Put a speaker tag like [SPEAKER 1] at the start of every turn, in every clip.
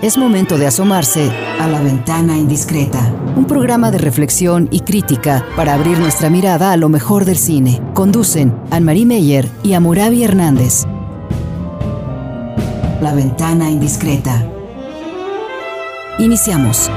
[SPEAKER 1] Es momento de asomarse a La Ventana Indiscreta, un programa de reflexión y crítica para abrir nuestra mirada a lo mejor del cine. Conducen Anne-Marie Meyer y Hammurabi Hernández. La Ventana Indiscreta. Iniciamos.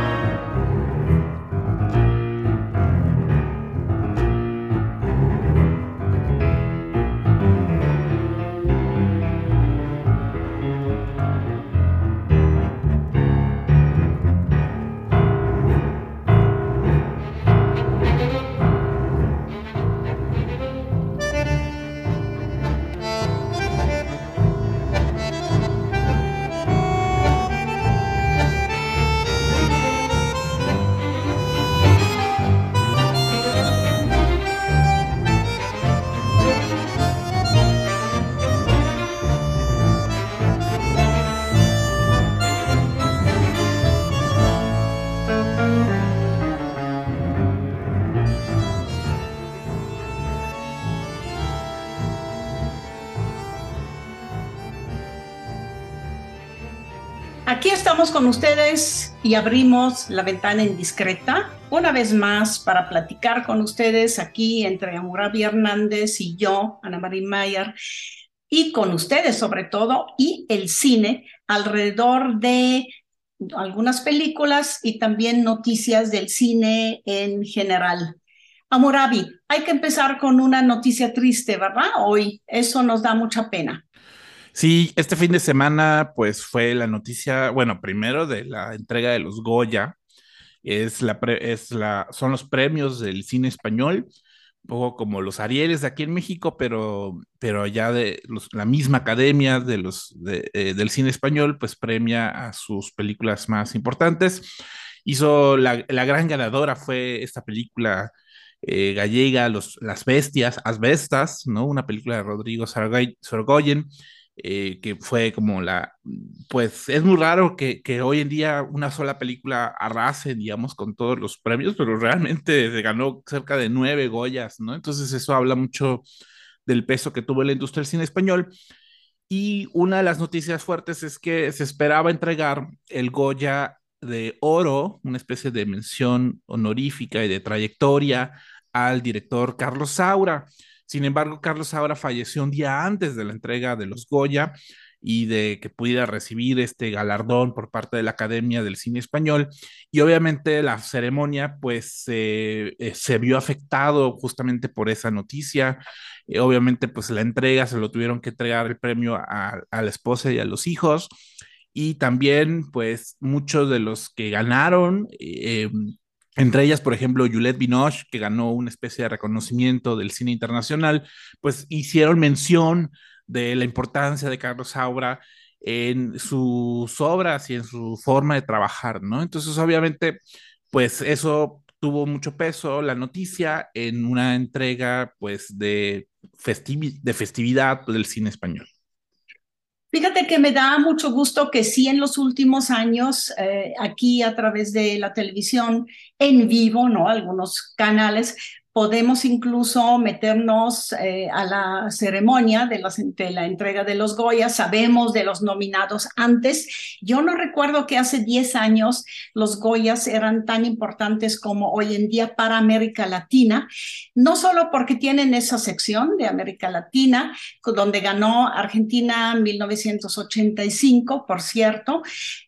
[SPEAKER 2] Aquí estamos con ustedes y abrimos La Ventana Indiscreta una vez más para platicar con ustedes aquí entre Hammurabi Hernández y yo, Anne-Marie Meyer, y con ustedes sobre todo, y el cine alrededor de algunas películas y también noticias del cine en general. Hammurabi, hay que empezar con una noticia triste, ¿verdad? Hoy, eso nos da mucha pena.
[SPEAKER 3] Sí, este fin de semana, pues fue la noticia, bueno, primero de la entrega de los Goya, son los premios del cine español, un poco como los Arieles de aquí en México, pero ya la misma academia del cine español, pues premia a sus películas más importantes. La gran ganadora fue esta película gallega, Las Bestias, Asbestas, ¿no? Una película de Rodrigo Sorogoyen, que fue como pues es muy raro que hoy en día una sola película arrase, digamos, con todos los premios, pero realmente se ganó cerca de 9 Goyas, ¿no? Entonces eso habla mucho del peso que tuvo la industria del cine español. Y una de las noticias fuertes es que se esperaba entregar el Goya de Oro, una especie de mención honorífica y de trayectoria al director Carlos Saura. Sin embargo, Carlos Saura falleció un día antes de la entrega de los Goya y de que pudiera recibir este galardón por parte de la Academia del Cine Español. Y obviamente la ceremonia pues se vio afectado justamente por esa noticia. Obviamente pues la entrega se lo tuvieron que entregar el premio a la esposa y a los hijos. Y también pues muchos de los que ganaron, entre ellas, por ejemplo, Juliette Binoche, que ganó una especie de reconocimiento del cine internacional, pues hicieron mención de la importancia de Carlos Saura en sus obras y en su forma de trabajar, ¿no? Entonces, obviamente, pues eso tuvo mucho peso, la noticia, en una entrega, pues, de festividad del cine español.
[SPEAKER 2] Fíjate que me da mucho gusto que sí en los últimos años, aquí a través de la televisión en vivo, ¿no? Algunos canales, podemos incluso meternos a la ceremonia de la entrega de los Goya, sabemos de los nominados antes. Yo no recuerdo que hace 10 años los Goyas eran tan importantes como hoy en día para América Latina, no solo porque tienen esa sección de América Latina, donde ganó Argentina en 1985, por cierto,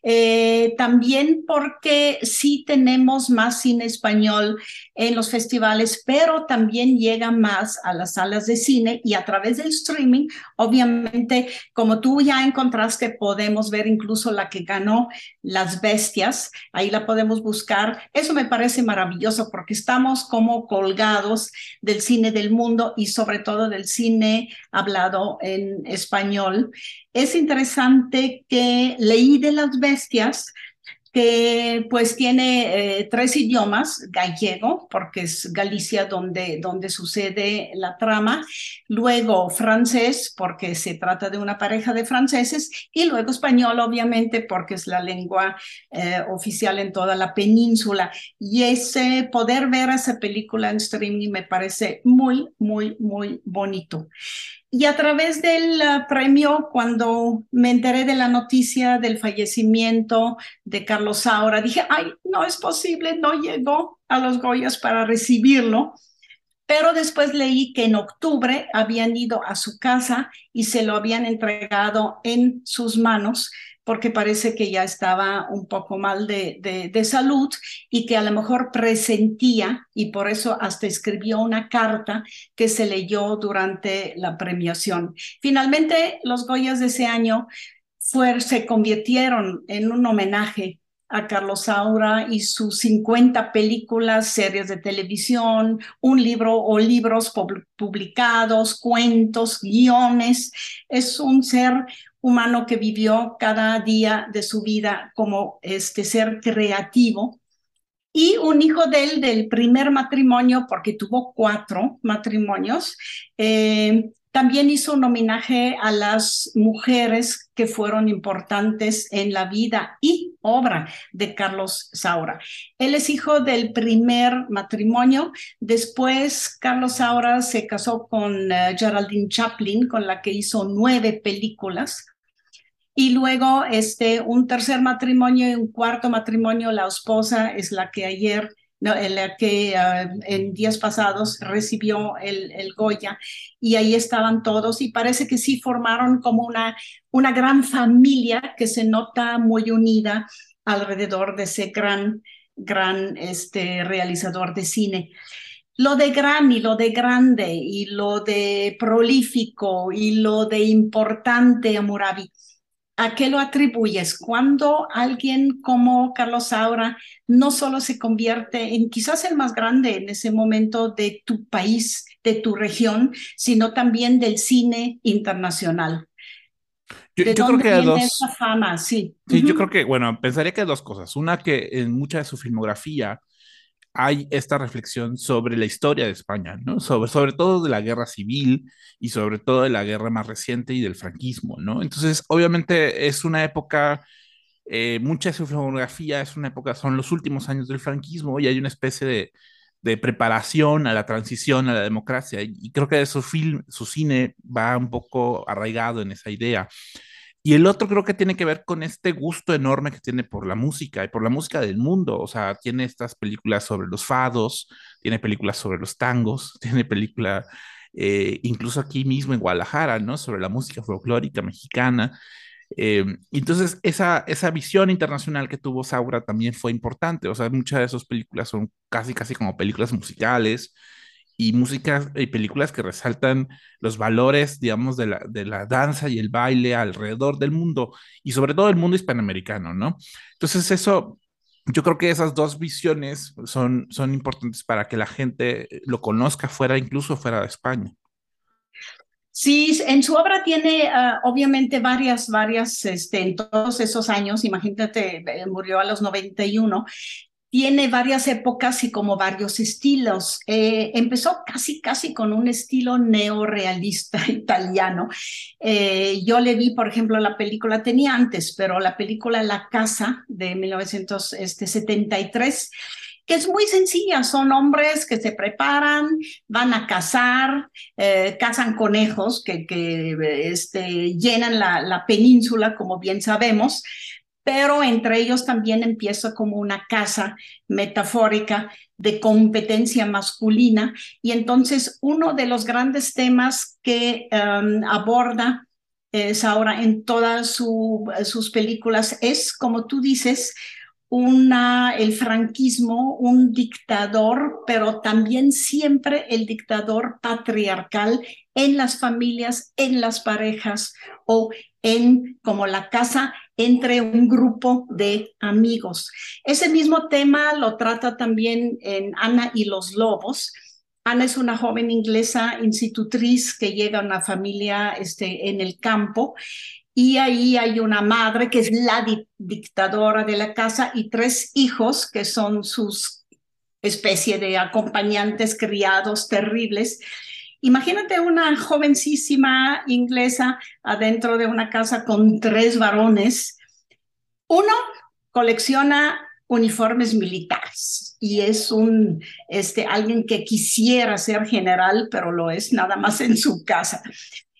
[SPEAKER 2] también porque sí tenemos más cine español en los festivales, pero también llega más a las salas de cine y a través del streaming, obviamente, como tú ya encontraste, podemos ver incluso la que ganó Las Bestias, ahí la podemos buscar. Eso me parece maravilloso porque estamos como colgados del cine del mundo y sobre todo del cine hablado en español. Es interesante que leí de Las Bestias que pues tiene 3 idiomas: gallego, porque es Galicia donde sucede la trama, luego francés, porque se trata de una pareja de franceses, y luego español, obviamente, porque es la lengua oficial en toda la península. Y poder ver esa película en streaming me parece muy, muy, muy bonito. Y a través del premio, cuando me enteré de la noticia del fallecimiento de Carlos Saura, dije, ay, no es posible, no llegó a los Goyas para recibirlo. Pero después leí que en octubre habían ido a su casa y se lo habían entregado en sus manos porque parece que ya estaba un poco mal de salud y que a lo mejor presentía, y por eso hasta escribió una carta que se leyó durante la premiación. Finalmente, los Goyas de ese año se convirtieron en un homenaje a Carlos Saura y sus 50 películas, series de televisión, un libro o libros publicados, cuentos, guiones. Es un ser humano que vivió cada día de su vida como este ser creativo. Y un hijo de él del primer matrimonio, porque tuvo 4 matrimonios, también hizo un homenaje a las mujeres que fueron importantes en la vida y obra de Carlos Saura. Él es hijo del primer matrimonio. Después, Carlos Saura se casó con Geraldine Chaplin, con la que hizo 9 películas. Y luego un tercer matrimonio y un cuarto matrimonio. La esposa es la que ayer, no, la que en días pasados recibió el Goya, y ahí estaban todos y parece que sí formaron como una gran familia que se nota muy unida alrededor de ese gran realizador de cine. Lo de gran y lo de grande y lo de prolífico y lo de importante, Amurabi, ¿a qué lo atribuyes? Cuando alguien como Carlos Saura no solo se convierte en quizás el más grande en ese momento de tu país, de tu región, sino también del cine internacional? ¿De
[SPEAKER 3] Yo creo
[SPEAKER 2] dónde
[SPEAKER 3] que hay
[SPEAKER 2] viene esa
[SPEAKER 3] dos,
[SPEAKER 2] fama? Sí.
[SPEAKER 3] sí, yo
[SPEAKER 2] Uh-huh.
[SPEAKER 3] creo que, bueno, pensaría que hay dos cosas. Una, que en mucha de su filmografía hay esta reflexión sobre la historia de España, ¿no? Sobre todo de la guerra civil y sobre todo de la guerra más reciente y del franquismo, ¿no? Entonces, obviamente es una época, mucha de su filmografía es una época, son los últimos años del franquismo y hay una especie de preparación a la transición a la democracia y creo que su cine va un poco arraigado en esa idea. Y el otro creo que tiene que ver con este gusto enorme que tiene por la música y por la música del mundo. O sea, tiene estas películas sobre los fados, tiene películas sobre los tangos, tiene película incluso aquí mismo en Guadalajara, ¿no? Sobre la música folclórica mexicana. Entonces, esa visión internacional que tuvo Saura también fue importante. O sea, muchas de esas películas son casi, casi como películas musicales y músicas y películas que resaltan los valores, digamos, de la danza y el baile alrededor del mundo y sobre todo el mundo hispanoamericano, ¿no? Entonces, eso, yo creo que esas dos visiones son importantes para que la gente lo conozca fuera, incluso fuera de España.
[SPEAKER 2] Sí, en su obra tiene obviamente en todos esos años, imagínate, murió a los 91. Tiene varias épocas y como varios estilos. Empezó casi, casi con un estilo neorealista italiano. Yo le vi, por ejemplo, la película, tenía antes, pero la película La Casa de 1973, que es muy sencilla. Son hombres que se preparan, van a cazar, cazan conejos que llenan la península, como bien sabemos, pero entre ellos también empieza como una caza metafórica de competencia masculina. Y entonces uno de los grandes temas que aborda Saura en todas sus películas es, como tú dices, el franquismo, un dictador, pero también siempre el dictador patriarcal en las familias, en las parejas o en como la casa entre un grupo de amigos. Ese mismo tema lo trata también en Ana y los Lobos. Ana es una joven inglesa institutriz que llega a una familia en el campo, y ahí hay una madre que es la dictadora de la casa y 3 hijos que son sus especie de acompañantes criados terribles. Imagínate una jovencísima inglesa adentro de una casa con 3 varones. Uno colecciona uniformes militares y es alguien que quisiera ser general, pero lo es nada más en su casa.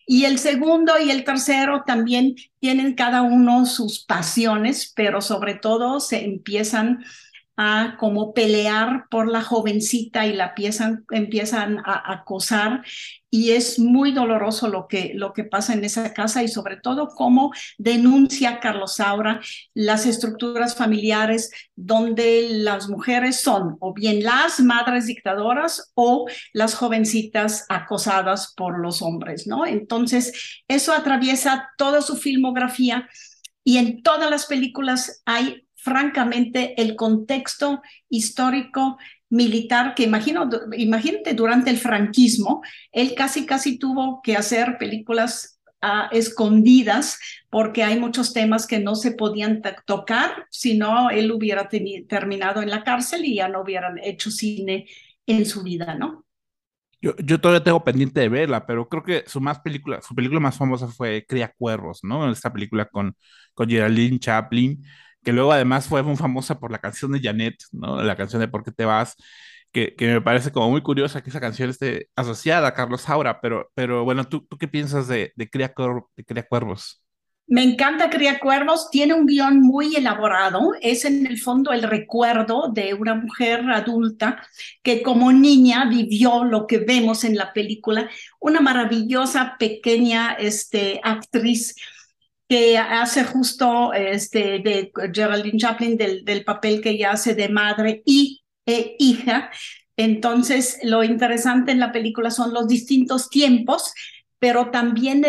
[SPEAKER 2] Y el segundo y el tercero también tienen cada uno sus pasiones, pero sobre todo se empiezan a como pelear por la jovencita y la empiezan a acosar, y es muy doloroso lo que pasa en esa casa, y sobre todo cómo denuncia Carlos Saura las estructuras familiares donde las mujeres son o bien las madres dictadoras o las jovencitas acosadas por los hombres, ¿no? Entonces, eso atraviesa toda su filmografía, y en todas las películas hay francamente el contexto histórico militar que imagínate durante el franquismo, él casi tuvo que hacer películas escondidas porque hay muchos temas que no se podían tocar, si no él hubiera terminado en la cárcel y ya no hubieran hecho cine en su vida, ¿no?
[SPEAKER 3] Yo todavía tengo pendiente de verla, pero creo que su película más famosa fue Cría Cuervos, ¿no? Esta película con Geraldine Chaplin, que luego además fue muy famosa por la canción de Janet, ¿no? La canción de ¿Por qué te vas? Que me parece como muy curiosa que esa canción esté asociada a Carlos Saura, pero bueno, ¿tú qué piensas de Cría Cuervos?
[SPEAKER 2] Me encanta Cría Cuervos, tiene un guión muy elaborado, es en el fondo el recuerdo de una mujer adulta que como niña vivió lo que vemos en la película, una maravillosa pequeña actriz que hace justo de Geraldine Chaplin, del papel que ella hace de madre y hija. Entonces, lo interesante en la película son los distintos tiempos, pero también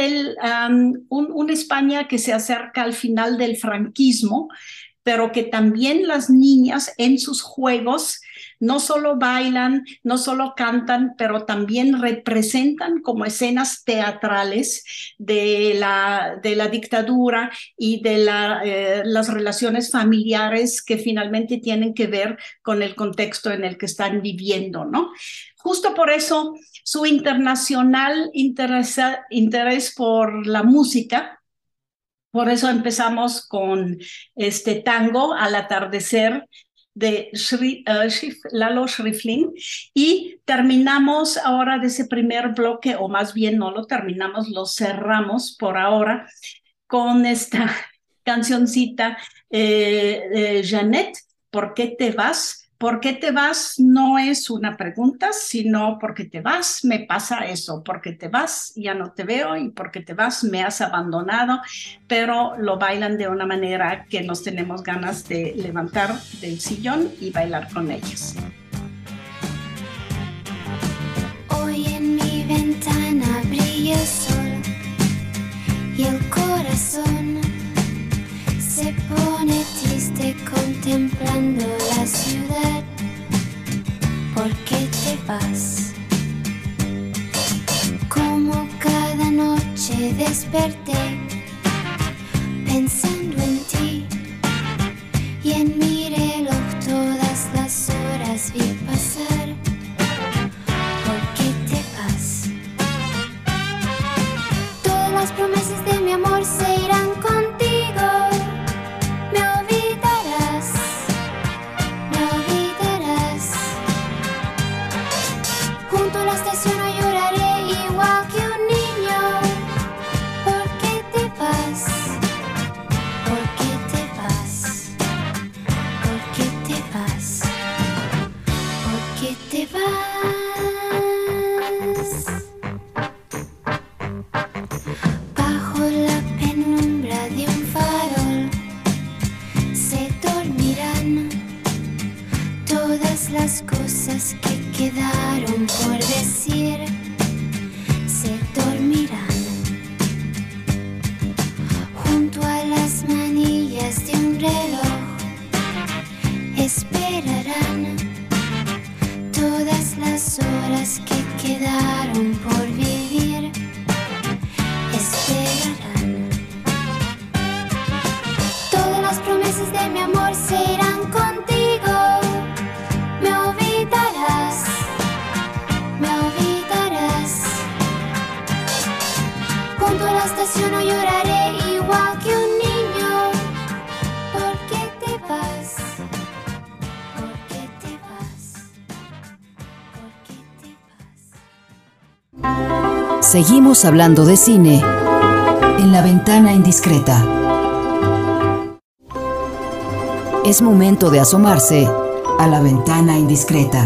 [SPEAKER 2] una España que se acerca al final del franquismo, pero que también las niñas en sus juegos no solo bailan, no solo cantan, pero también representan como escenas teatrales de la dictadura y de las relaciones familiares que finalmente tienen que ver con el contexto en el que están viviendo, ¿no? Justo por eso su internacional interés por la música. Por eso empezamos con este tango Al atardecer de Lalo Schifrin, y terminamos ahora de ese primer bloque, o más bien no lo terminamos, lo cerramos por ahora con esta cancioncita Janet, ¿por qué te vas? ¿Por qué te vas? No es una pregunta, sino porque te vas, me pasa eso, porque te vas, ya no te veo, y porque te vas, me has abandonado, pero lo bailan de una manera que nos tenemos ganas de levantar del sillón y bailar con ellas.
[SPEAKER 4] Hoy en mi ventana brilla el sol y el corazón se pone triste contemplando la ciudad. ¿Por qué te vas? Como cada noche desperté pensando en ti, y en mi reloj todas las horas vi pasar. ¿Por qué te vas? Todas las promesas de mi amor se irán contigo. Las cosas que quedaron por decir se dormirán junto a las manillas de un reloj. Esperarán todas las horas que quedaron por vivir. Esperarán. Todas las promesas de mi amor se irán contigo. Me
[SPEAKER 1] Seguimos hablando de cine en La Ventana Indiscreta. Es momento de asomarse a La Ventana Indiscreta.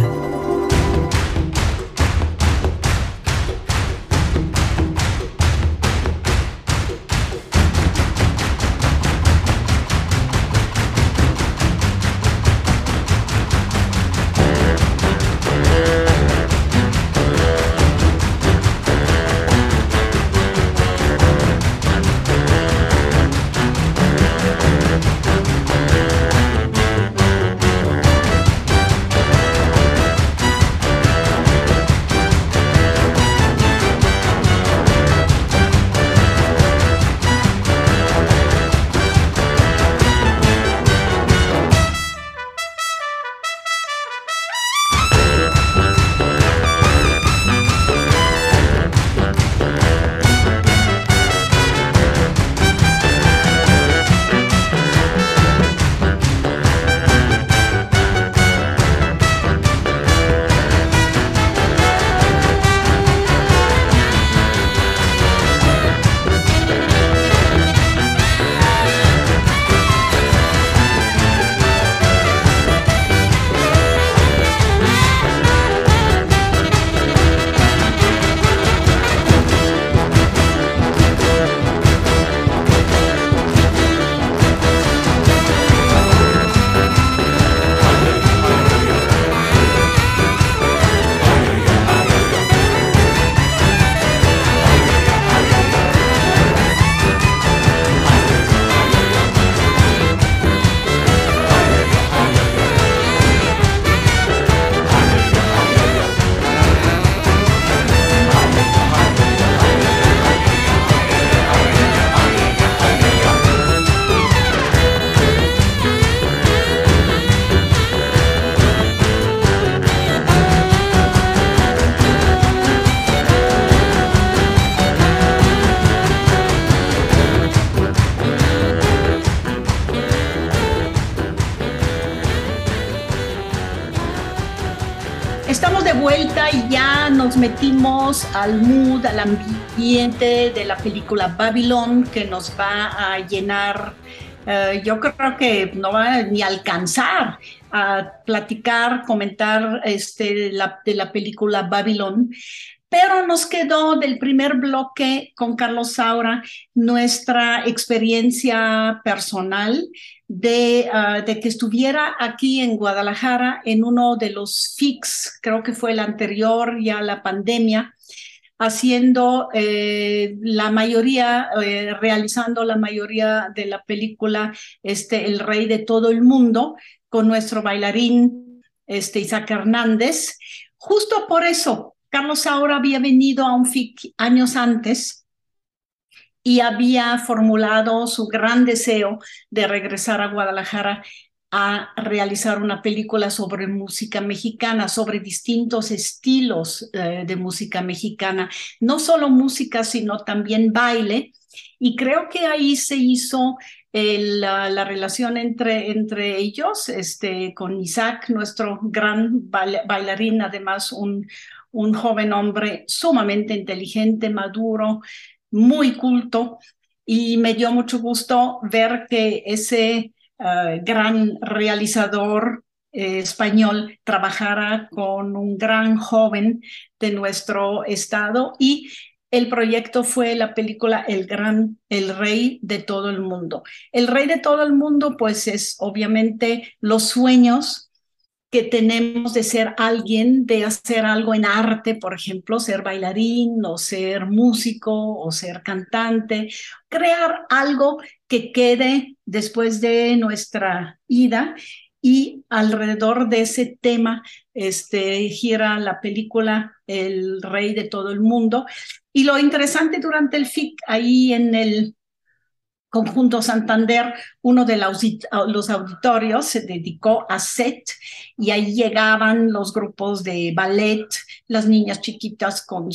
[SPEAKER 2] Estamos de vuelta y ya nos metimos al mood, al ambiente de la película Babylon, que nos va a llenar. Yo creo que no va ni a alcanzar a platicar, comentar de la película Babylon. Pero nos quedó del primer bloque con Carlos Saura nuestra experiencia personal de que estuviera aquí en Guadalajara en uno de los FICs, creo que fue el anterior ya a la pandemia, haciendo la mayoría, realizando la mayoría de la película El Rey de Todo el Mundo, con nuestro bailarín Isaac Hernández. Justo por eso, Carlos Saura había venido a un FIC años antes y había formulado su gran deseo de regresar a Guadalajara a realizar una película sobre música mexicana, sobre distintos estilos de música mexicana, no solo música, sino también baile. Y creo que ahí se hizo la relación entre ellos, con Isaac, nuestro gran bailarín, además un joven hombre sumamente inteligente, maduro, muy culto, y me dio mucho gusto ver que ese gran realizador español trabajara con un gran joven de nuestro estado, y el proyecto fue la película El Rey de Todo el Mundo. El Rey de Todo el Mundo, pues es obviamente los sueños que tenemos de ser alguien, de hacer algo en arte, por ejemplo, ser bailarín o ser músico o ser cantante, crear algo que quede después de nuestra ida. Y alrededor de ese tema gira la película El Rey de Todo el Mundo. Y lo interesante durante el FIC, ahí Conjunto Santander, uno de los auditorios se dedicó a set y ahí llegaban los grupos de ballet, las niñas chiquitas con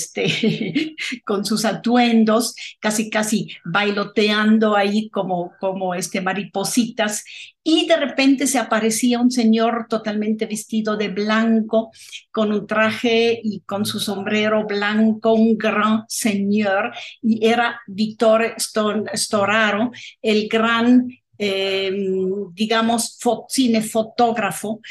[SPEAKER 2] con sus atuendos, casi casi bailoteando ahí como maripositas, y de repente se aparecía un señor totalmente vestido de blanco, con un traje y con su sombrero blanco, un gran señor, y era Vittore Storaro, el gran digamos, cinefotógrafo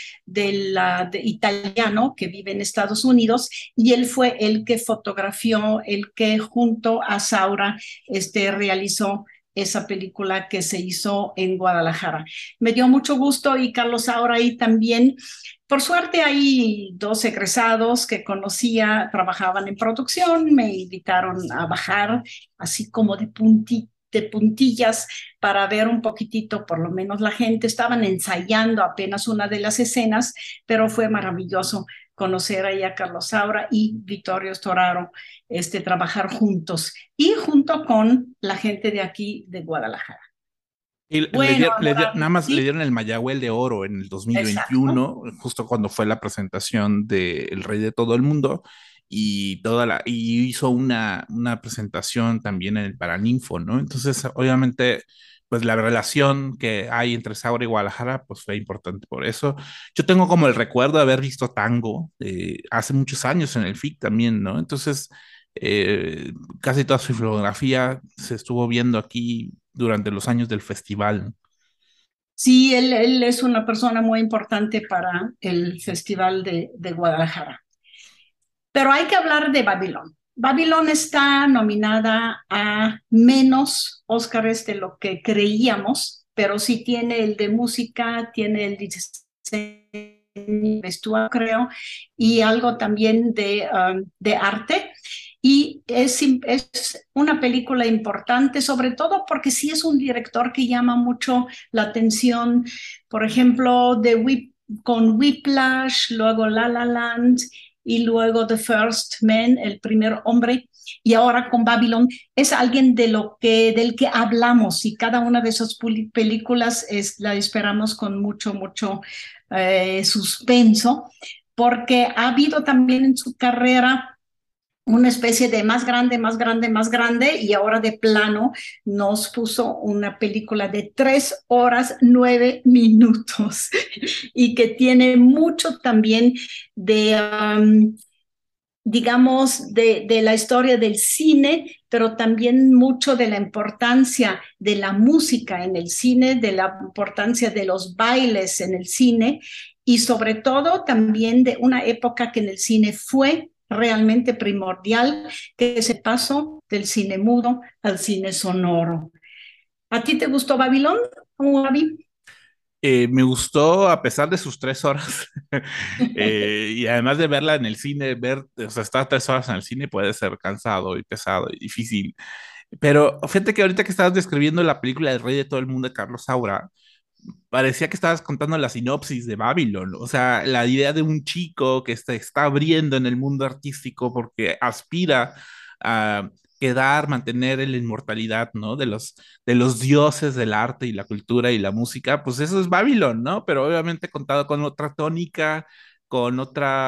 [SPEAKER 2] italiano que vive en Estados Unidos, y él fue el que fotografió, el que junto a Saura realizó esa película que se hizo en Guadalajara. Me dio mucho gusto, y Carlos Saura ahí también. Por suerte hay dos egresados que conocía, trabajaban en producción, me invitaron a bajar así como de puntillas para ver un poquitito, por lo menos la gente. Estaban ensayando apenas una de las escenas, pero fue maravilloso conocer ahí a Carlos Saura y Vittorio Storaro, trabajar juntos y junto con la gente de aquí de Guadalajara.
[SPEAKER 3] Y
[SPEAKER 2] Bueno,
[SPEAKER 3] nada más le
[SPEAKER 2] sí,
[SPEAKER 3] dieron el Mayagüel de Oro en el
[SPEAKER 2] exacto.
[SPEAKER 3] 2021, justo cuando fue la presentación de El Rey de Todo el Mundo, y hizo una presentación también en el Paraninfo, ¿no? Entonces, obviamente, pues la relación que hay entre Saura y Guadalajara, pues fue importante por eso. Yo tengo como el recuerdo de haber visto Tango hace muchos años en el FIC también, ¿no? Entonces, eh, casi toda su filmografía se estuvo viendo aquí durante los años del festival.
[SPEAKER 2] Sí, él es una persona muy importante para el Festival de Guadalajara. Pero hay que hablar de Babylon. Babylon está nominada a menos Óscares de lo que creíamos, pero sí tiene el de música, tiene el de vestuario, creo, y algo también de arte. Y es una película importante, sobre todo porque sí es un director que llama mucho la atención. Por ejemplo, con Whiplash, luego La La Land, y luego The First Man, el primer hombre, y ahora con Babylon. Es alguien del que hablamos, y cada una de esas películas la esperamos con mucho suspenso, porque ha habido también en su carrera una especie de más grande, más grande, más grande, y ahora de plano nos puso una película de 3 horas 9 minutos y que tiene mucho también de, digamos, de la historia del cine, pero también mucho de la importancia de la música en el cine, de la importancia de los bailes en el cine, y sobre todo también de una época que en el cine fue realmente primordial, que es el paso del cine mudo al cine sonoro. ¿A ti te gustó Babilón, Gaby?
[SPEAKER 3] Me gustó a pesar de sus 3 horas. Y además de verla en el cine, o sea, estar 3 horas en el cine puede ser cansado y pesado y difícil. Pero fíjate que ahorita que estabas describiendo la película El Rey de Todo el Mundo de Carlos Saura, parecía que estabas contando la sinopsis de Babylon, o sea, la idea de un chico que se está abriendo en el mundo artístico porque aspira a quedar, mantener la inmortalidad, ¿no? De los dioses del arte y la cultura y la música, pues eso es Babylon, ¿no? Pero obviamente contado con otra tónica, con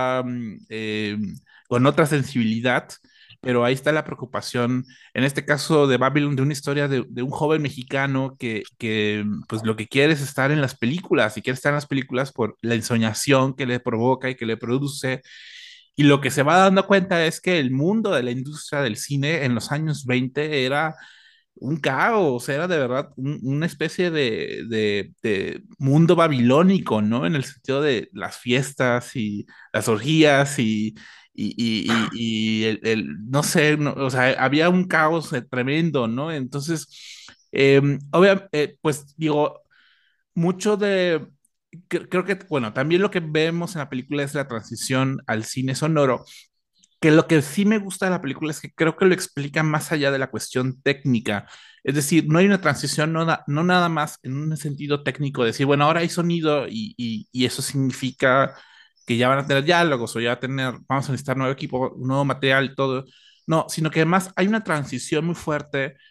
[SPEAKER 3] otra sensibilidad. Pero ahí está la preocupación, en este caso de Babylon, de una historia de un joven mexicano que pues lo que quiere es estar en las películas, y quiere estar en las películas por la ensoñación que le provoca y que le produce. Y lo que se va dando cuenta es que el mundo de la industria del cine en los años 20 era un caos, era de verdad una especie de mundo babilónico, ¿no? En el sentido de las fiestas y las orgías y no sé, o sea, había un caos tremendo, ¿no? Entonces, obviamente, pues digo, mucho creo que, bueno, también lo que vemos en la película es la transición al cine sonoro, que lo que sí me gusta de la película es que creo que lo explica más allá de la cuestión técnica. Es decir, no hay una transición, no nada más en un sentido técnico, decir, bueno, ahora hay sonido y eso significa que ya van a tener diálogos o ya vamos a necesitar nuevo equipo, nuevo material, todo. No, sino que además hay una transición muy fuerte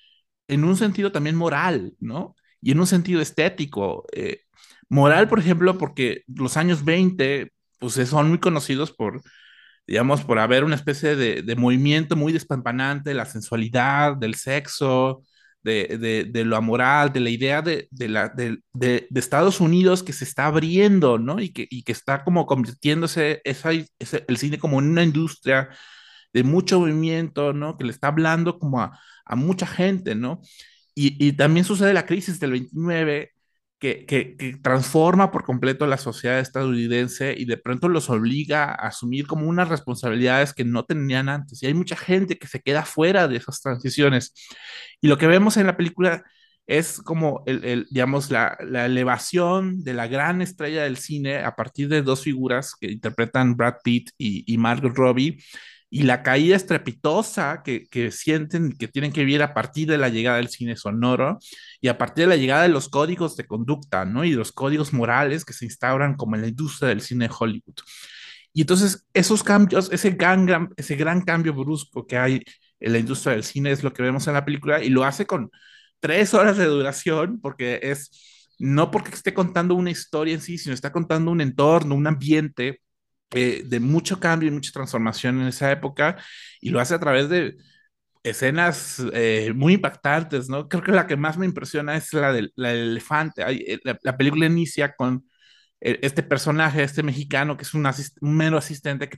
[SPEAKER 3] en un sentido también moral, ¿no? Y en un sentido estético. Moral, por ejemplo, porque los años 20 pues son muy conocidos por, digamos, por haber una especie de movimiento muy despampanante, la sensualidad, del sexo, de lo amoral, de la idea de Estados Unidos que se está abriendo, ¿no? Y que está como convirtiéndose el cine como en una industria de mucho movimiento, ¿no? Que le está hablando como a mucha gente, ¿no? Y también sucede la crisis del 29 que transforma por completo la sociedad estadounidense y de pronto los obliga a asumir como unas responsabilidades que no tenían antes. Y hay mucha gente que se queda fuera de esas transiciones. Y lo que vemos en la película es como, digamos, la elevación de la gran estrella del cine a partir de dos figuras que interpretan Brad Pitt y Margot Robbie, y la caída estrepitosa que sienten que tienen que vivir a partir de la llegada del cine sonoro y a partir de la llegada de los códigos de conducta, ¿no? Y los códigos morales que se instauran como en la industria del cine de Hollywood. Y entonces esos cambios, ese gran cambio brusco que hay en la industria del cine es lo que vemos en la película y lo hace con 3 horas de duración porque no porque esté contando una historia en sí, sino está contando un entorno, un ambiente de mucho cambio y mucha transformación en esa época y lo hace a través de escenas muy impactantes, ¿no? Creo que la que más me impresiona es la del elefante. La película inicia con este personaje, este mexicano, que es un mero asistente que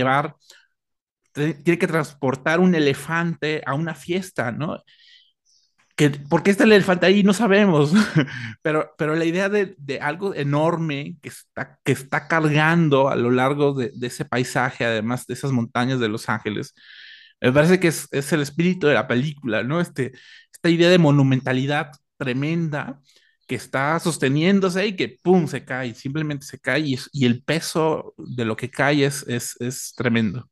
[SPEAKER 3] tiene que transportar un elefante a una fiesta, ¿no? ¿Por qué está el elefante ahí? No sabemos, pero la idea de algo enorme que está cargando a lo largo de ese paisaje, además de esas montañas de Los Ángeles, me parece que es el espíritu de la película, ¿no? Esta idea de monumentalidad tremenda que está sosteniéndose y que, ¡pum!, se cae, simplemente se cae y el peso de lo que cae es tremendo.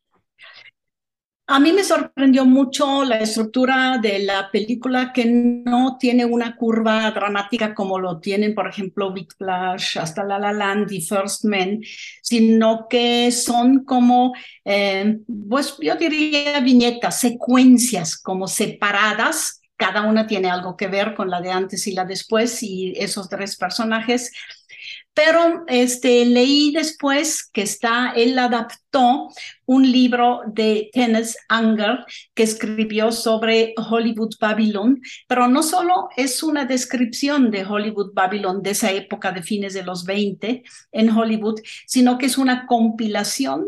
[SPEAKER 2] A mí me sorprendió mucho la estructura de la película que no tiene una curva dramática como lo tienen, por ejemplo, Whiplash, hasta La La Land y First Man, sino que son como, pues yo diría viñetas, secuencias como separadas. Cada una tiene algo que ver con la de antes y la después y esos tres personajes. Pero leí después que él adaptó un libro de Kenneth Anger que escribió sobre Hollywood Babylon, pero no solo es una descripción de Hollywood Babylon de esa época de fines de los 20 en Hollywood, sino que es una compilación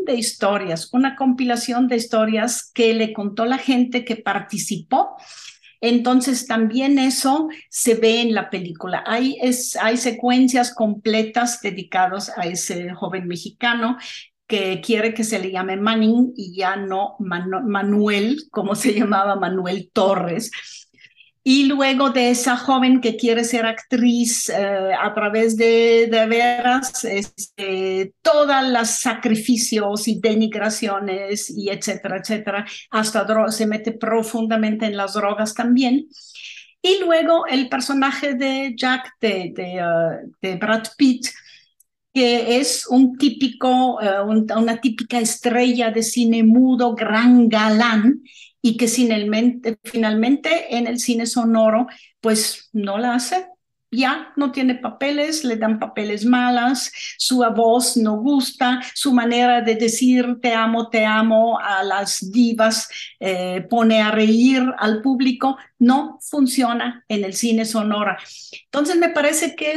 [SPEAKER 2] de historias que le contó la gente que participó. Entonces también eso se ve en la película. Hay secuencias completas dedicadas a ese joven mexicano que quiere que se le llame Manning y ya no Manuel, como se llamaba Manuel Torres. Y luego de esa joven que quiere ser actriz a través de veras, todos los sacrificios y denigraciones y etcétera, etcétera, hasta se mete profundamente en las drogas también. Y luego el personaje de Jack, de Brad Pitt, que es una típica estrella de cine mudo, gran galán, y que finalmente en el cine sonoro, pues no la hace. Ya no tiene papeles, le dan papeles malas, su voz no gusta, su manera de decir te amo a las divas, pone a reír al público, no funciona en el cine sonoro. Entonces me parece que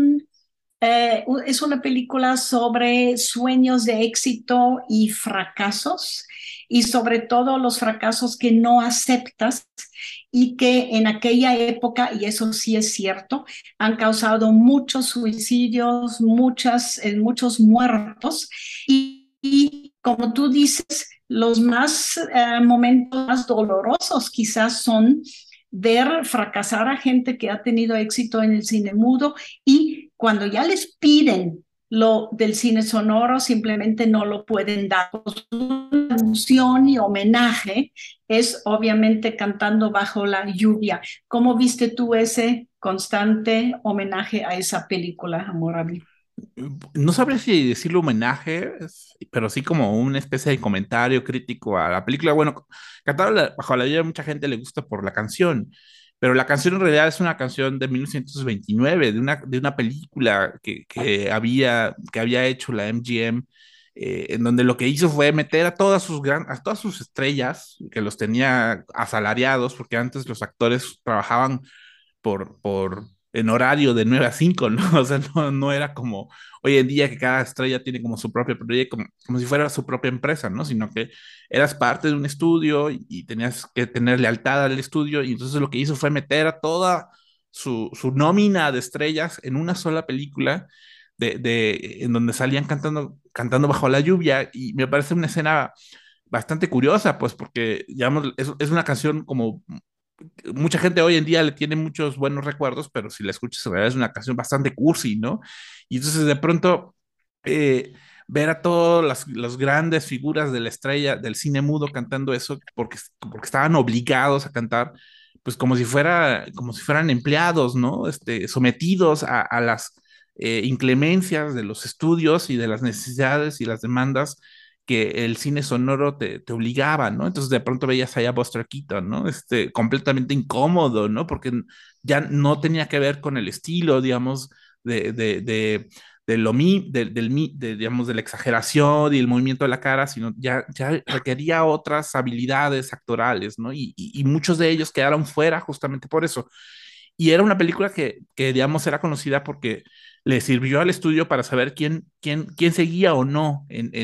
[SPEAKER 2] es una película sobre sueños de éxito y fracasos, y sobre todo los fracasos que no aceptas y que en aquella época, y eso sí es cierto, han causado muchos suicidios, muchos muertos, y como tú dices, los momentos más dolorosos quizás son ver fracasar a gente que ha tenido éxito en el cine mudo y cuando ya les piden lo del cine sonoro, simplemente no lo pueden dar. Una alusión y homenaje es obviamente Cantando bajo la lluvia. ¿Cómo viste tú ese constante homenaje a esa película, Hammurabi?
[SPEAKER 3] No sabría si decirlo homenaje, pero sí como una especie de comentario crítico a la película. Bueno, bajo la lluvia a mucha gente le gusta por la canción, pero la canción en realidad es una canción de 1929, de una película que había hecho la MGM, en donde lo que hizo fue meter a todas sus estrellas, que los tenía asalariados, porque antes los actores trabajaban en horario de 9 a 5, ¿no? O sea, no era como hoy en día que cada estrella tiene como su propio proyecto, como si fuera su propia empresa, ¿no? Sino que eras parte de un estudio y tenías que tener lealtad al estudio, y entonces lo que hizo fue meter a toda su nómina de estrellas en una sola película en donde salían cantando bajo la lluvia, y me parece una escena bastante curiosa, pues porque, digamos, es una canción como mucha gente hoy en día le tiene muchos buenos recuerdos, pero si la escuchas en realidad es una canción bastante cursi, ¿no? Y entonces de pronto eh, ver a todas las grandes figuras de la estrella del cine mudo cantando eso porque estaban obligados a cantar, pues como si fueran empleados, ¿no? Sometidos a las inclemencias de los estudios y de las necesidades y las demandas que el cine sonoro te obligaba, ¿no? Entonces de pronto veías allá a Buster Keaton, ¿no? Completamente incómodo, ¿no? Porque ya no tenía que ver con el estilo, digamos, de, de, de, de lo mi, del mi, digamos, de la exageración y el movimiento de la cara, sino ya requería otras habilidades actorales, ¿no? Y muchos de ellos quedaron fuera justamente por eso. Y era una película digamos, era conocida porque le sirvió al estudio para saber quién seguía o no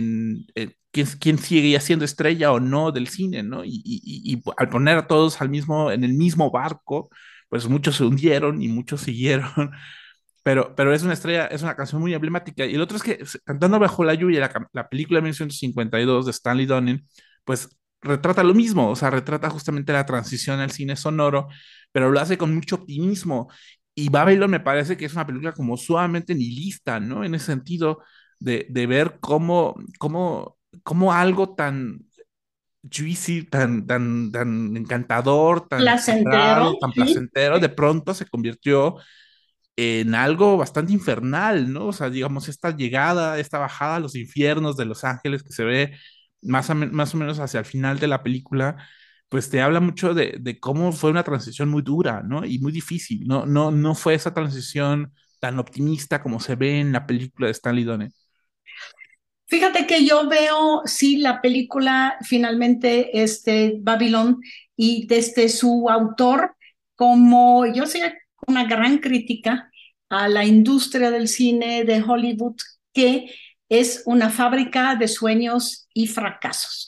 [SPEAKER 3] quién seguía siendo estrella o no del cine, ¿no? Y al poner a todos en el mismo barco, pues muchos se hundieron y muchos siguieron. Pero es una estrella, es una canción muy emblemática. Y el otro es que Cantando bajo la lluvia, la película de 1952 de Stanley Donen, pues retrata lo mismo, o sea, retrata justamente la transición al cine sonoro, pero lo hace con mucho optimismo. Y Babylon me parece que es una película como sumamente nihilista, ¿no? En ese sentido de ver cómo algo tan juicy, tan encantador, tan
[SPEAKER 2] Placentero,
[SPEAKER 3] teatral, tan
[SPEAKER 2] sí.
[SPEAKER 3] placentero, de pronto se convirtió en algo bastante infernal, ¿no? O sea, digamos, esta llegada, esta bajada a los infiernos de Los Ángeles que se ve más o menos hacia el final de la película, pues te habla mucho de cómo fue una transición muy dura, ¿no? Y muy difícil, no fue esa transición tan optimista como se ve en la película de Stanley Donen.
[SPEAKER 2] Fíjate que yo veo, sí, la película finalmente, Babylon, y desde su autor, como yo soy una gran crítica a la industria del cine de Hollywood, que es una fábrica de sueños y fracasos,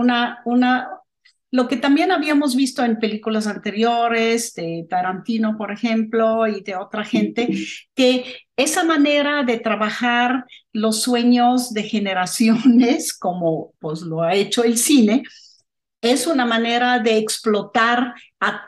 [SPEAKER 2] lo que también habíamos visto en películas anteriores, de Tarantino, por ejemplo, y de otra gente, que esa manera de trabajar los sueños de generaciones, como pues lo ha hecho el cine, es una manera de explotar a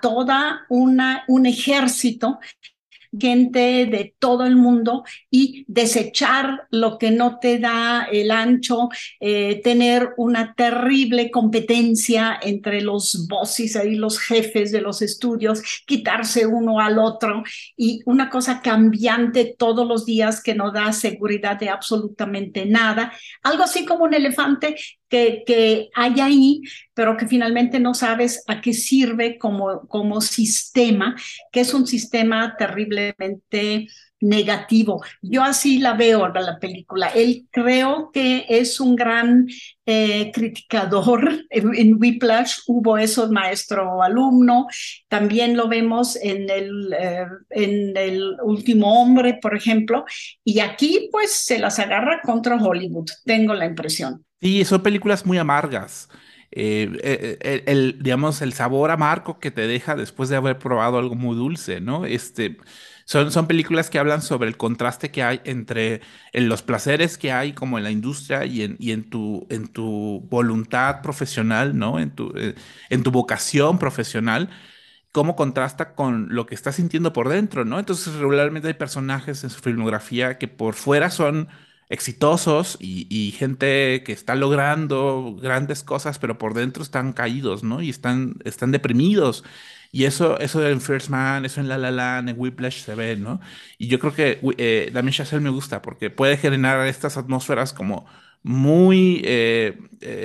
[SPEAKER 2] un ejército, gente de todo el mundo, y desechar lo que no te da el ancho, tener una terrible competencia entre los bosses y los jefes de los estudios, quitarse uno al otro, y una cosa cambiante todos los días que no da seguridad de absolutamente nada, algo así como un elefante que hay ahí, pero que finalmente no sabes a qué sirve como sistema, que es un sistema terriblemente negativo. Yo así la veo la película. Él creo que es un gran criticador. En Whiplash hubo eso, maestro-alumno. También lo vemos en el Último Hombre, por ejemplo. Y aquí pues se las agarra contra Hollywood, tengo la impresión.
[SPEAKER 3] Sí, son películas muy amargas. Digamos, el sabor amargo que te deja después de haber probado algo muy dulce, ¿no? Son películas que hablan sobre el contraste que hay entre en los placeres que hay como en la industria y en tu voluntad profesional, ¿no? En tu vocación profesional, cómo contrasta con lo que estás sintiendo por dentro, ¿no? Entonces, regularmente hay personajes en su filmografía que por fuera son exitosos y gente que está logrando grandes cosas, pero por dentro están caídos, ¿no? Y están deprimidos. Y eso en First Man, eso en La La Land, en Whiplash se ve, ¿no? Y yo creo que Damien Chazelle me gusta porque puede generar estas atmósferas como muy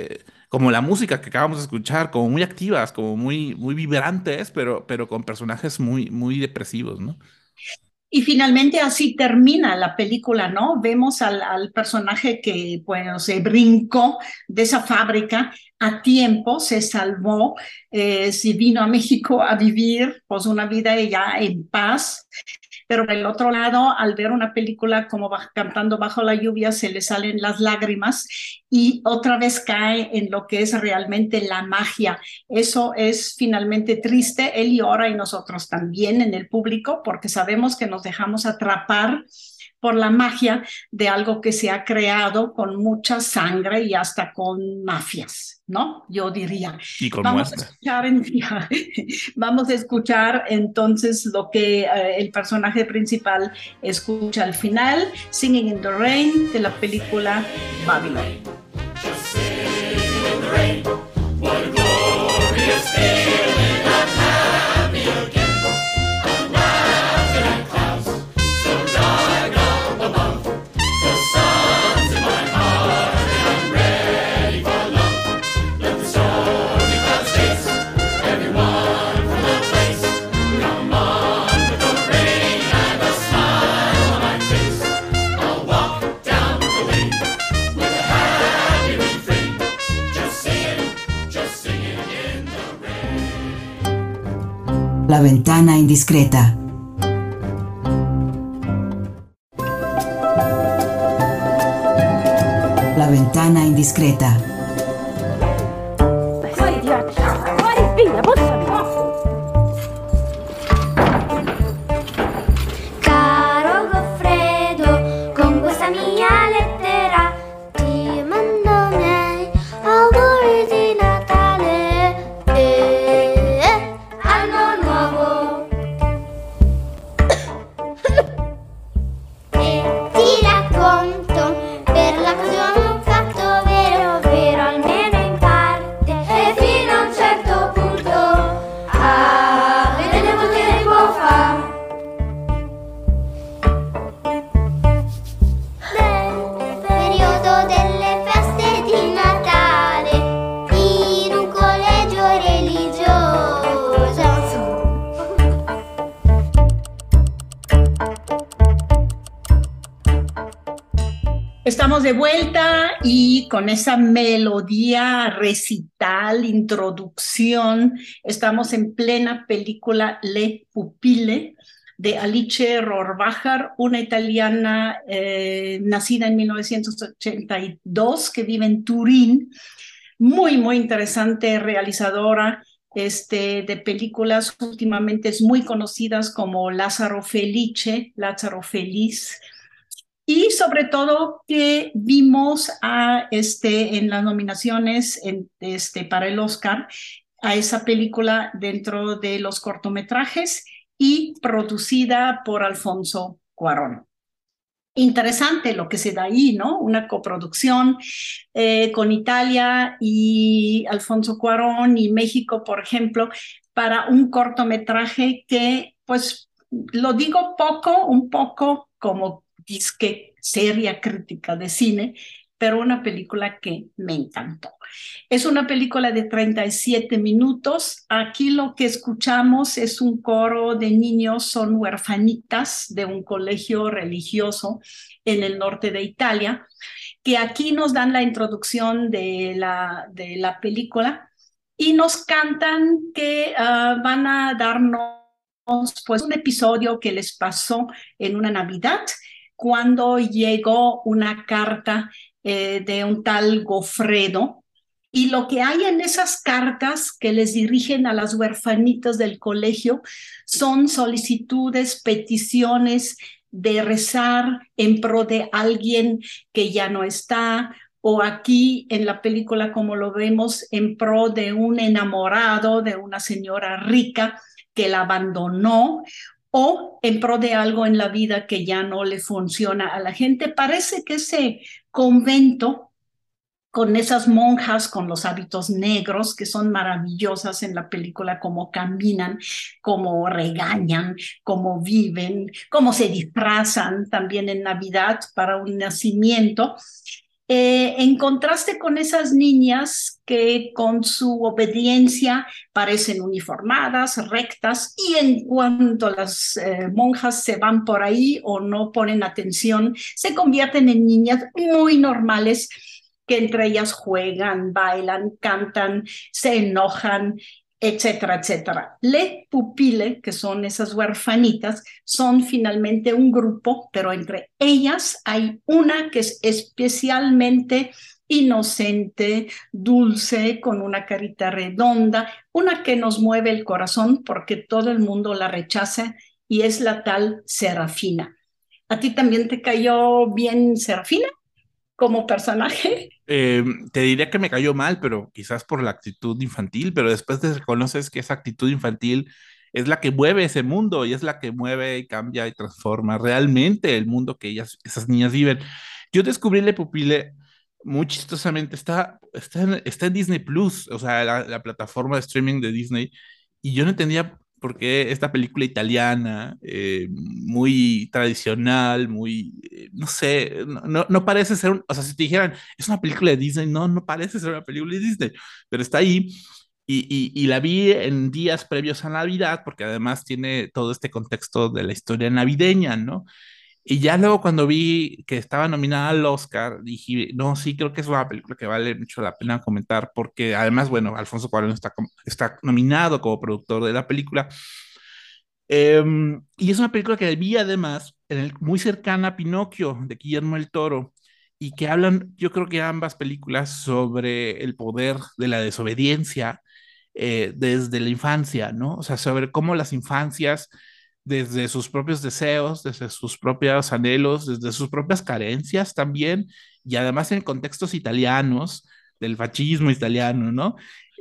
[SPEAKER 3] como la música que acabamos de escuchar, como muy activas, como muy vibrantes, pero con personajes muy depresivos, ¿no?
[SPEAKER 2] Y finalmente así termina la película, ¿no? Vemos al personaje que, bueno, se brincó de esa fábrica a tiempo, se salvó, se vino a México a vivir pues una vida ya en paz, pero del otro lado, al ver una película como Cantando bajo la lluvia, se le salen las lágrimas y otra vez cae en lo que es realmente la magia. Eso es finalmente triste. Él llora y nosotros también en el público, porque sabemos que nos dejamos atrapar por la magia de algo que se ha creado con mucha sangre y hasta con mafias, ¿no? Yo diría.
[SPEAKER 3] Y con
[SPEAKER 2] Vamos a
[SPEAKER 3] muerte.
[SPEAKER 2] escuchar, vamos a escuchar entonces lo que el personaje principal escucha al final, Singing in the Rain, de la película Babylon.
[SPEAKER 5] Just singing in the rain, what a glorious feeling. I'm happy again. I'm laughing at clouds so dark up above. The sun's in my heart and I'm ready for love. Let the stormy clouds chase everyone from the place. Come on with the rain and a smile on my face. I'll walk down the lane with a happy refrain. Just singing in the rain.
[SPEAKER 1] La ventana indiscreta. La ventana indiscreta.
[SPEAKER 6] Vai, ghiaccia! Vai, via, bussami!
[SPEAKER 4] Caro Goffredo, con questa mia lettera ti mando miei auguri di Natale e anno nuovo. E ti racconto per la cosa ho fatto vero, vero almeno in parte e fino a un certo punto. Ah, vedremo che tempo fa. Nel periodo delle feste di Natale, in un collegio religioso.
[SPEAKER 2] Estamos de vuelta y con esa melodía recital, introducción, estamos en plena película Le Pupille de Alice Rohrwacher, una italiana nacida en 1982 que vive en Turín, muy interesante realizadora de películas últimamente es muy conocidas como Lázaro Felice, Lázaro Feliz, y sobre todo que vimos en las nominaciones para el Oscar a esa película dentro de los cortometrajes y producida por Alfonso Cuarón. Interesante lo que se da ahí, ¿no? Una coproducción con Italia y Alfonso Cuarón y México, por ejemplo, para un cortometraje que, pues, lo digo un poco como disque seria crítica de cine, pero una película que me encantó. Es una película de 37 minutos. Aquí lo que escuchamos es un coro de niños, son huerfanitas de un colegio religioso en el norte de Italia, que aquí nos dan la introducción de la película y nos cantan que van a darnos pues un episodio que les pasó en una Navidad cuando llegó una carta de un tal Goffredo, y lo que hay en esas cartas que les dirigen a las huerfanitas del colegio son solicitudes, peticiones de rezar en pro de alguien que ya no está, o aquí en la película como lo vemos en pro de un enamorado de una señora rica que la abandonó, o en pro de algo en la vida que ya no le funciona a la gente. Parece que ese convento con esas monjas con los hábitos negros que son maravillosas en la película, cómo caminan, cómo regañan, cómo viven, cómo se disfrazan también en Navidad para un nacimiento. En contraste con esas niñas que con su obediencia parecen uniformadas, rectas, y en cuanto las monjas se van por ahí o no ponen atención, se convierten en niñas muy normales que entre ellas juegan, bailan, cantan, se enojan, etcétera, etcétera. Les pupilles, que son esas huerfanitas, son finalmente un grupo, pero entre ellas hay una que es especialmente inocente, dulce, con una carita redonda, una que nos mueve el corazón porque todo el mundo la rechaza y es la tal Serafina. ¿A ti también te cayó bien Serafina como personaje?
[SPEAKER 3] Eh, Te diría que me cayó mal, pero quizás por la actitud infantil, pero después te reconoces que esa actitud infantil es la que mueve ese mundo y es la que mueve y cambia y transforma realmente el mundo que esas niñas viven. Yo descubrí Le Pupile muy chistosamente, está en Disney Plus, o sea, la plataforma de streaming de Disney, y yo no entendía por qué esta película italiana, muy tradicional, muy, no sé, no parece ser o sea, si te dijeran, es una película de Disney, no parece ser una película de Disney, pero está ahí. Y la vi en días previos a Navidad, porque además tiene todo este contexto de la historia navideña, ¿no? Y ya luego cuando vi que estaba nominada al Oscar, dije, no, sí, creo que es una película que vale mucho la pena comentar, porque además, bueno, Alfonso Cuarón está nominado como productor de la película. Y es una película que vi además muy cercana a Pinocchio, de Guillermo el Toro, y que hablan, yo creo que ambas películas, sobre el poder de la desobediencia desde la infancia, ¿no? O sea, sobre cómo las infancias, desde sus propios deseos, desde sus propios anhelos, desde sus propias carencias también, y además en contextos italianos, del fascismo italiano, ¿no?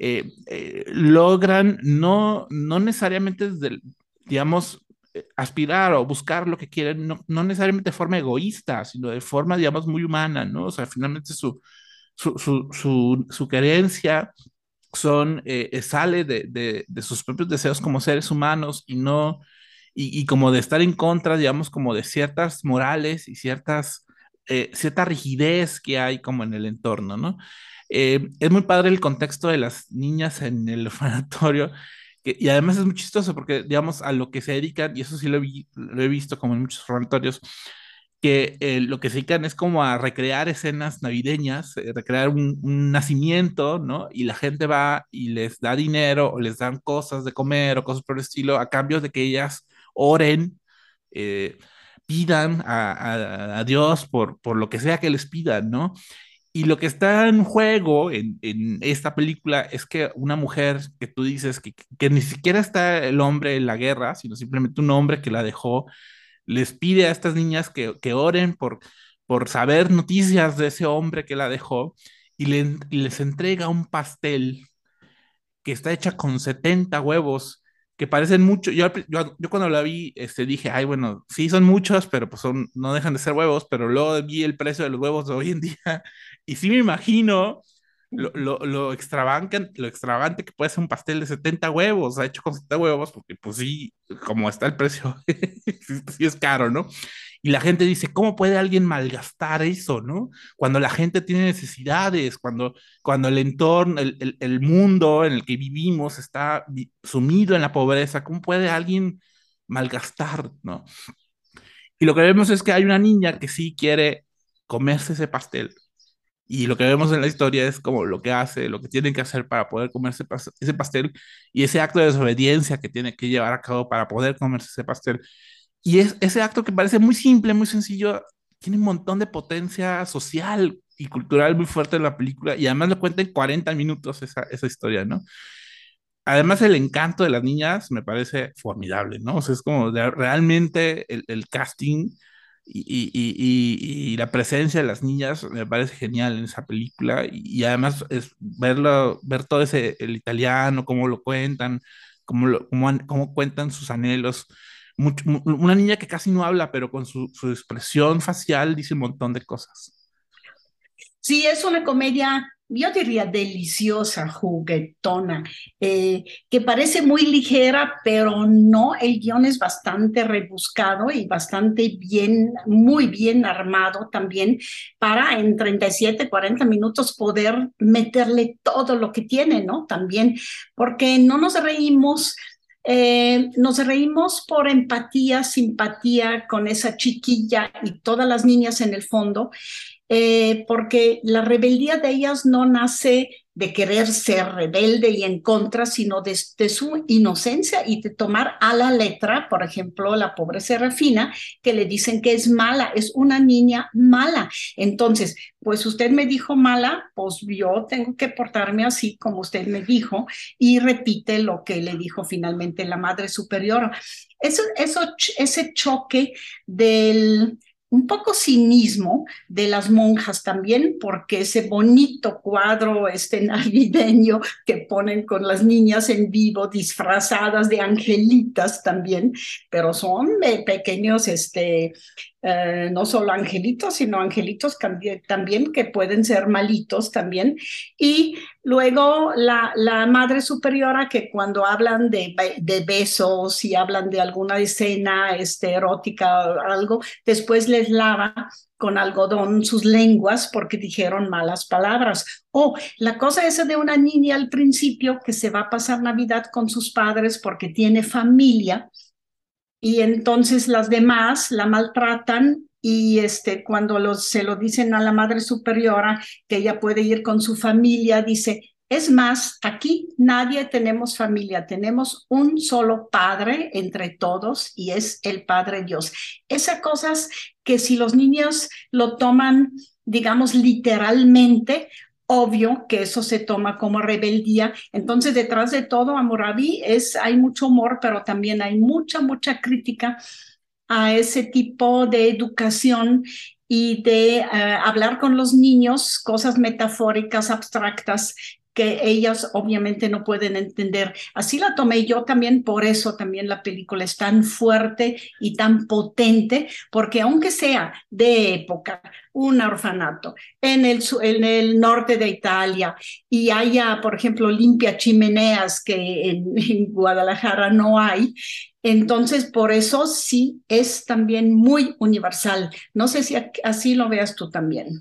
[SPEAKER 3] Logran no necesariamente desde, digamos, aspirar o buscar lo que quieren, no necesariamente de forma egoísta, sino de forma, digamos, muy humana, ¿no? O sea, finalmente su querencia sale de sus propios deseos como seres humanos y no, y como de estar en contra, digamos, como de ciertas morales y cierta rigidez que hay como en el entorno, ¿no? Es muy padre el contexto de las niñas en el orfanatorio, y además es muy chistoso porque, digamos, a lo que se dedican, y eso sí lo he visto como en muchos orfanatorios, que lo que se dedican es como a recrear escenas navideñas, recrear un nacimiento, ¿no? Y la gente va y les da dinero o les dan cosas de comer o cosas por el estilo a cambio de que ellas oren, eh, pidan a Dios por lo que sea que les pidan, ¿no? Y lo que está en juego en esta película es que una mujer que tú dices que ni siquiera está el hombre en la guerra, sino simplemente un hombre que la dejó, les pide a estas niñas que oren por saber noticias de ese hombre que la dejó y les entrega un pastel que está hecha con 70 huevos, que parecen mucho. Yo cuando la vi, dije, ay, bueno, sí son muchos, pero pues no dejan de ser huevos, pero luego vi el precio de los huevos de hoy en día y sí me imagino lo extravagante que puede ser un pastel de 70 huevos, o sea, hecho con 70 huevos, porque pues sí, como está el precio, sí es caro, ¿no? Y la gente dice, ¿cómo puede alguien malgastar eso, no? Cuando la gente tiene necesidades, cuando el entorno, el mundo en el que vivimos está sumido en la pobreza, ¿cómo puede alguien malgastar, no? Y lo que vemos es que hay una niña que sí quiere comerse ese pastel. Y lo que vemos en la historia es como lo que hace, lo que tienen que hacer para poder comerse ese pastel y ese acto de desobediencia que tiene que llevar a cabo para poder comerse ese pastel. Y ese acto que parece muy simple, muy sencillo, tiene un montón de potencia social y cultural muy fuerte en la película y además lo cuenta en 40 minutos esa historia, ¿no? Además, el encanto de las niñas me parece formidable, ¿no? O sea, es como realmente el casting y la presencia de las niñas me parece genial en esa película. Y además es ver todo el italiano, cómo lo cuentan, cómo cuentan sus anhelos. Una niña que casi no habla, pero con su expresión facial dice un montón de cosas.
[SPEAKER 2] Sí, es una comedia yo diría deliciosa, juguetona, que parece muy ligera, pero no, el guión es bastante rebuscado y bastante bien, muy bien armado también para en 37, 40 minutos poder meterle todo lo que tiene, ¿no? También, porque no nos reímos por empatía, simpatía con esa chiquilla y todas las niñas en el fondo, porque la rebeldía de ellas no nace de querer ser rebelde y en contra, sino de su inocencia y de tomar a la letra, por ejemplo, la pobre Serafina, que le dicen que es mala, es una niña mala. Entonces, pues usted me dijo mala, pues yo tengo que portarme así como usted me dijo, y repite lo que le dijo finalmente la Madre Superiora. Ese choque del un poco cinismo de las monjas también, porque ese bonito cuadro navideño que ponen con las niñas en vivo disfrazadas de angelitas también, pero son pequeños, no solo angelitos, sino angelitos también que pueden ser malitos también. Y luego la Madre Superiora, que cuando hablan de besos y hablan de alguna escena erótica o algo, después les lava con algodón sus lenguas porque dijeron malas palabras. La cosa esa de una niña al principio que se va a pasar Navidad con sus padres porque tiene familia y entonces las demás la maltratan y cuando se lo dicen a la Madre Superiora que ella puede ir con su familia, dice, es más, aquí nadie tenemos familia, tenemos un solo Padre entre todos y es el Padre Dios. Esas cosas que si los niños lo toman, digamos, literalmente, obvio que eso se toma como rebeldía. Entonces, detrás de todo, Hammurabi hay mucho humor, pero también hay mucha crítica a ese tipo de educación y de hablar con los niños cosas metafóricas, abstractas, que ellas obviamente no pueden entender. Así la tomé yo también, por eso también la película es tan fuerte y tan potente, porque aunque sea de época, un orfanato en el norte de Italia y haya, por ejemplo, limpia chimeneas que en Guadalajara no hay, entonces por eso sí es también muy universal. No sé si así lo veas tú también.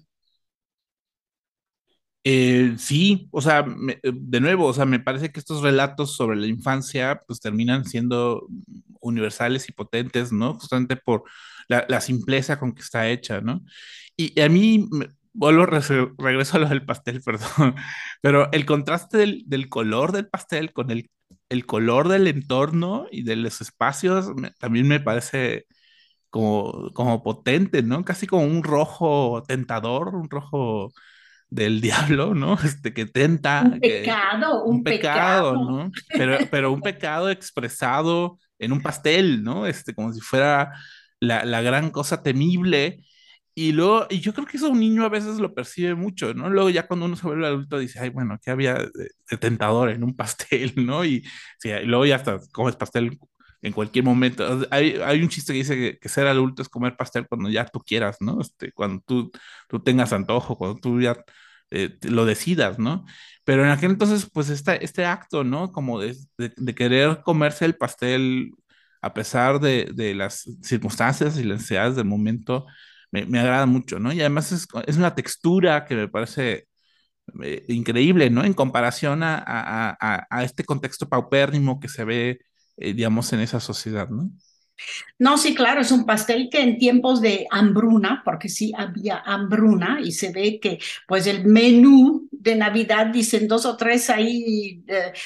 [SPEAKER 3] Sí, o sea, de nuevo, o sea, me parece que estos relatos sobre la infancia pues terminan siendo universales y potentes, ¿no? Justamente por la simpleza con que está hecha, ¿no? Y a mí, regreso a lo del pastel, perdón, pero el contraste del color del pastel con el color del entorno y de los espacios también me parece como potente, ¿no? Casi como un rojo tentador, un rojo del diablo, ¿no? Que tenta, un
[SPEAKER 2] Un
[SPEAKER 3] pecado,
[SPEAKER 2] pecado.
[SPEAKER 3] ¿no? Pero un pecado expresado en un pastel, ¿no? Como si fuera la gran cosa temible. Y luego, y yo creo que eso un niño a veces lo percibe mucho, ¿no? Luego ya cuando uno se vuelve adulto dice, ay, bueno, ¿qué había de tentador en un pastel, ¿no? Y, sí, y luego ya hasta comes pastel en cualquier momento. Hay un chiste que dice que ser adulto es comer pastel cuando ya tú quieras, ¿no? Cuando tú tengas antojo, cuando tú ya lo decidas, ¿no? Pero en aquel entonces, pues este acto, ¿no? Como de querer comerse el pastel a pesar de las circunstancias y las necesidades del momento, me agrada mucho, ¿no? Y además es una textura que me parece increíble, ¿no? En comparación a este contexto paupérrimo que se ve, digamos, en esa sociedad, ¿no?
[SPEAKER 2] No, sí, claro, es un pastel que en tiempos de hambruna, porque sí había hambruna y se ve que pues el menú de Navidad dicen dos o tres ahí,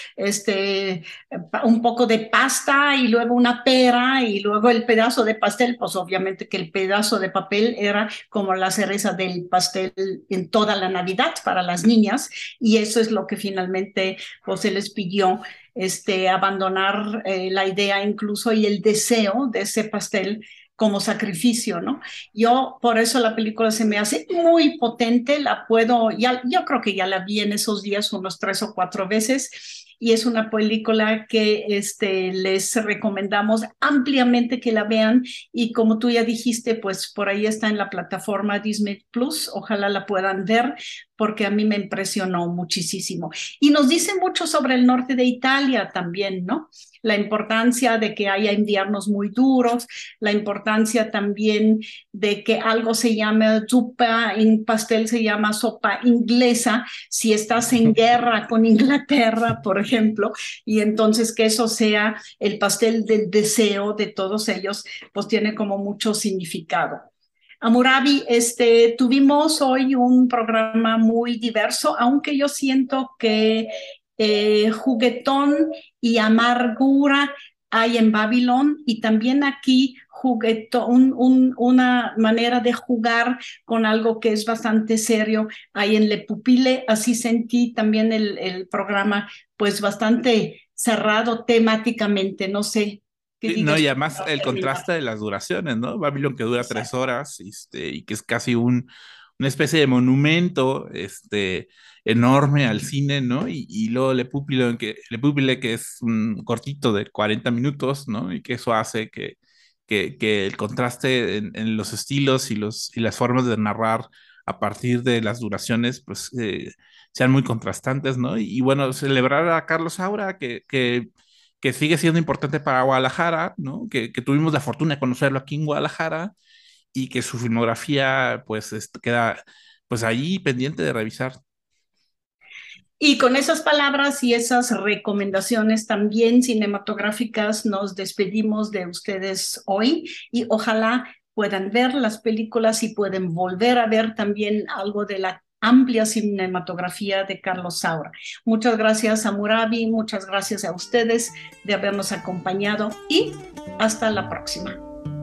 [SPEAKER 2] un poco de pasta y luego una pera y luego el pedazo de pastel, pues obviamente que el pedazo de papel era como la cereza del pastel en toda la Navidad para las niñas y eso es lo que finalmente pues se les pidió abandonar la idea incluso y el deseo de ese pastel como sacrificio, ¿no? Yo, por eso la película se me hace muy potente, yo creo que ya la vi en esos días unos 3 o 4 veces, y es una película que les recomendamos ampliamente que la vean, y como tú ya dijiste, pues por ahí está en la plataforma Disney Plus, ojalá la puedan ver, porque a mí me impresionó muchísimo. Y nos dice mucho sobre el norte de Italia también, ¿no? La importancia de que haya inviernos muy duros, la importancia también de que algo se llame zuppa, en pastel se llama sopa inglesa, si estás en guerra con Inglaterra, por ejemplo, y entonces que eso sea el pastel del deseo de todos ellos, pues tiene como mucho significado. Hammurabi, tuvimos hoy un programa muy diverso, aunque yo siento que juguetón y amargura hay en Babilón, y también aquí una manera de jugar con algo que es bastante serio hay en Le Pupille. Así sentí también el programa pues bastante cerrado temáticamente, no sé.
[SPEAKER 3] Sí, no, y además el contraste de las duraciones, ¿no? Babylon que dura 3 horas, y que es casi una especie de monumento, enorme al cine, ¿no? Y luego Le Pupille, que es un cortito de 40 minutos, ¿no? Y que eso hace que el contraste en los estilos y las formas de narrar a partir de las duraciones, pues, sean muy contrastantes, ¿no? Y bueno, celebrar a Carlos Saura, que sigue siendo importante para Guadalajara, ¿no? Que tuvimos la fortuna de conocerlo aquí en Guadalajara, y que su filmografía pues queda pues ahí pendiente de revisar.
[SPEAKER 2] Y con esas palabras y esas recomendaciones también cinematográficas nos despedimos de ustedes hoy, y ojalá puedan ver las películas y pueden volver a ver también algo de la amplia cinematografía de Carlos Saura. Muchas gracias a Hammurabi, muchas gracias a ustedes de habernos acompañado, y hasta la próxima.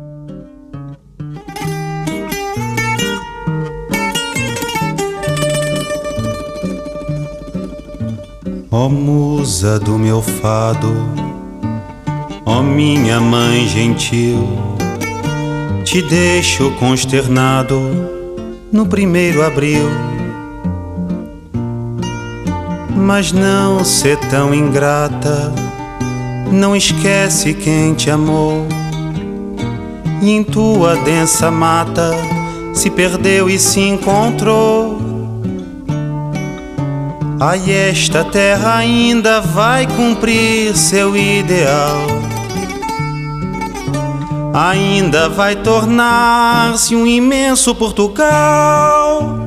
[SPEAKER 7] Ó musa do meu fado, ó minha mãe gentil, te deixo consternado no 1º abril. Mas não sê tão ingrata, não esquece quem te amou, e em tua densa mata se perdeu e se encontrou. Ai, esta terra ainda vai cumprir seu ideal, ainda vai tornar-se um imenso Portugal.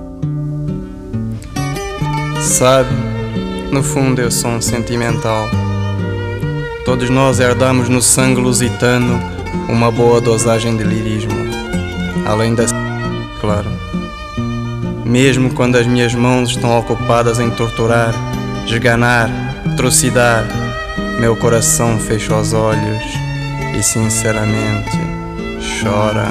[SPEAKER 8] Sabe, no fundo eu sou um sentimental. Todos nós herdamos no sangue lusitano uma boa dosagem de lirismo, além da claro. Mesmo quando as minhas mãos estão ocupadas em torturar, esganar, trucidar, meu coração fecha os olhos e sinceramente chora.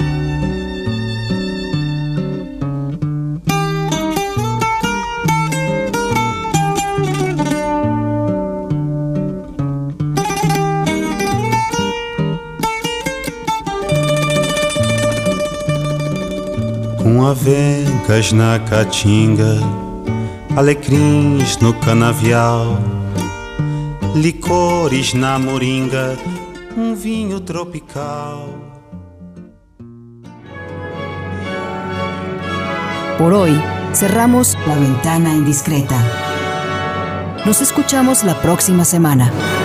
[SPEAKER 7] Com avencas na caatinga, alecrins no canavial, licores na moringa, vinho tropical.
[SPEAKER 1] Por hoy, cerramos La Ventana Indiscreta. Nos escuchamos la próxima semana.